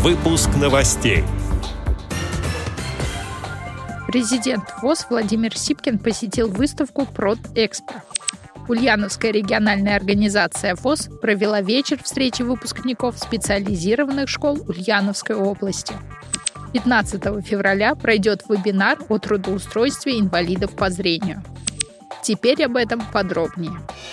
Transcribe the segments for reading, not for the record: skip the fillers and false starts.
Выпуск новостей. Президент ВОС Владимир Сипкин посетил выставку «Продэкспо». Ульяновская региональная организация ВОС провела вечер встречи выпускников специализированных школ Ульяновской области. 15 февраля пройдет вебинар о трудоустройстве инвалидов по зрению. Теперь об этом подробнее.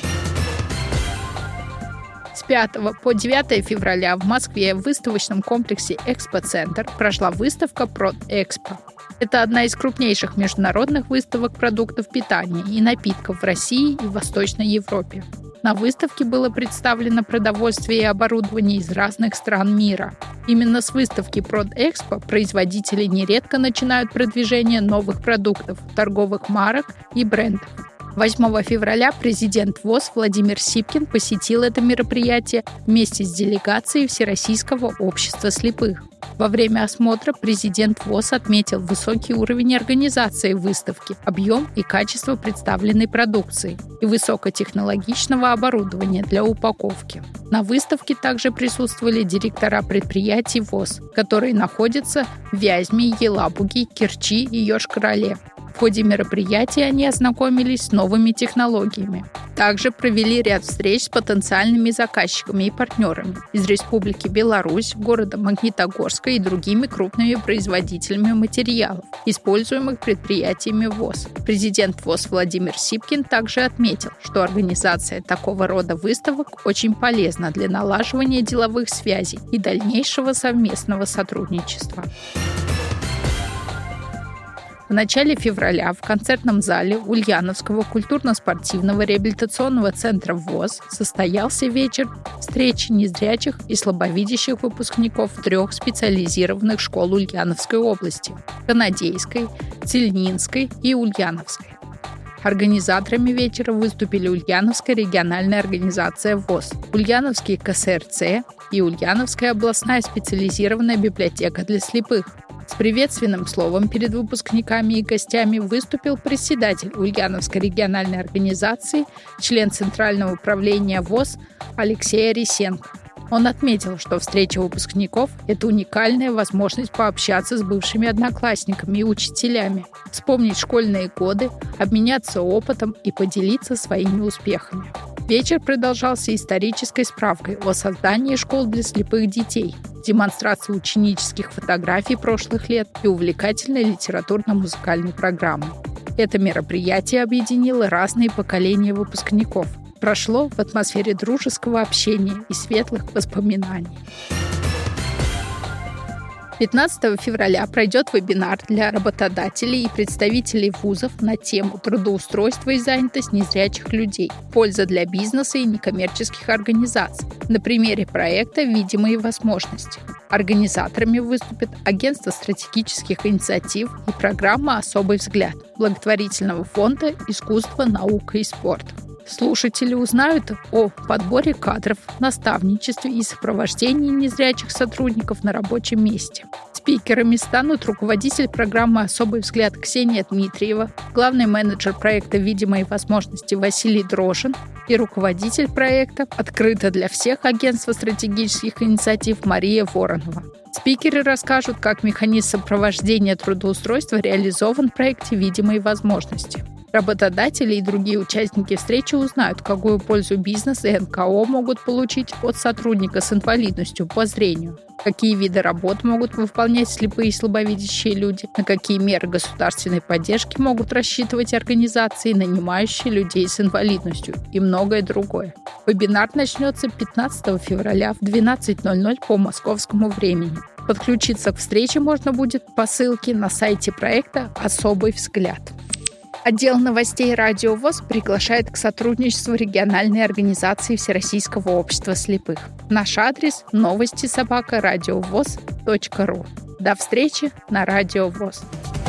С 5 по 9 февраля в Москве в выставочном комплексе «Экспоцентр» прошла выставка «Продэкспо». Это одна из крупнейших международных выставок продуктов питания и напитков в России и Восточной Европе. На выставке было представлено продовольствие и оборудование из разных стран мира. Именно с выставки «Продэкспо» производители нередко начинают продвижение новых продуктов, торговых марок и брендов. 8 февраля президент ВОС Владимир Сипкин посетил это мероприятие вместе с делегацией Всероссийского общества слепых. Во время осмотра президент ВОС отметил высокий уровень организации выставки, объем и качество представленной продукции и высокотехнологичного оборудования для упаковки. На выставке также присутствовали директора предприятий ВОС, которые находятся в Вязьме, Елабуге, Керчи и Йошкар-Оле. В ходе мероприятия они ознакомились с новыми технологиями. Также провели ряд встреч с потенциальными заказчиками и партнерами из Республики Беларусь, города Магнитогорска и другими крупными производителями материалов, используемых предприятиями ВОС. Президент ВОС Владимир Сипкин также отметил, что организация такого рода выставок очень полезна для налаживания деловых связей и дальнейшего совместного сотрудничества. В начале февраля в концертном зале Ульяновского культурно-спортивного реабилитационного центра ВОС состоялся вечер встречи незрячих и слабовидящих выпускников 3 специализированных школ Ульяновской области – Канадейской, Цельнинской и Ульяновской. Организаторами вечера выступили Ульяновская региональная организация ВОС, Ульяновский КСРЦ и Ульяновская областная специализированная библиотека для слепых. С приветственным словом перед выпускниками и гостями выступил председатель Ульяновской региональной организации, член Центрального управления ВОС Алексей Арисенко. Он отметил, что встреча выпускников – это уникальная возможность пообщаться с бывшими одноклассниками и учителями, вспомнить школьные годы, обменяться опытом и поделиться своими успехами. Вечер продолжался исторической справкой о создании школ для слепых детей, демонстрацией ученических фотографий прошлых лет и увлекательной литературно-музыкальной программой. Это мероприятие объединило разные поколения выпускников. Прошло в атмосфере дружеского общения и светлых воспоминаний. 15 февраля пройдет вебинар для работодателей и представителей вузов на тему трудоустройства и занятость незрячих людей, польза для бизнеса и некоммерческих организаций на примере проекта «Видимые возможности». Организаторами выступят Агентство стратегических инициатив и программа «Особый взгляд» благотворительного фонда «Искусство, наука и спорт». Слушатели узнают о подборе кадров, наставничестве и сопровождении незрячих сотрудников на рабочем месте. Спикерами станут руководитель программы «Особый взгляд» Ксения Дмитриева, главный менеджер проекта «Видимые возможности» Василий Дрожин и руководитель проекта «Открыто для всех» Агентства стратегических инициатив Мария Воронова. Спикеры расскажут, как механизм сопровождения трудоустройства реализован в проекте «Видимые возможности». Работодатели и другие участники встречи узнают, какую пользу бизнес и НКО могут получить от сотрудника с инвалидностью по зрению, какие виды работ могут выполнять слепые и слабовидящие люди, на какие меры государственной поддержки могут рассчитывать организации, нанимающие людей с инвалидностью, и многое другое. Вебинар начнется 15 февраля в 12:00 по московскому времени. Подключиться к встрече можно будет по ссылке на сайте проекта «Особый взгляд». Отдел новостей «Радио ВОС» приглашает к сотрудничеству региональной организации Всероссийского общества слепых. Наш адрес – новости@радиовоз.ру. До встречи на «Радио ВОС».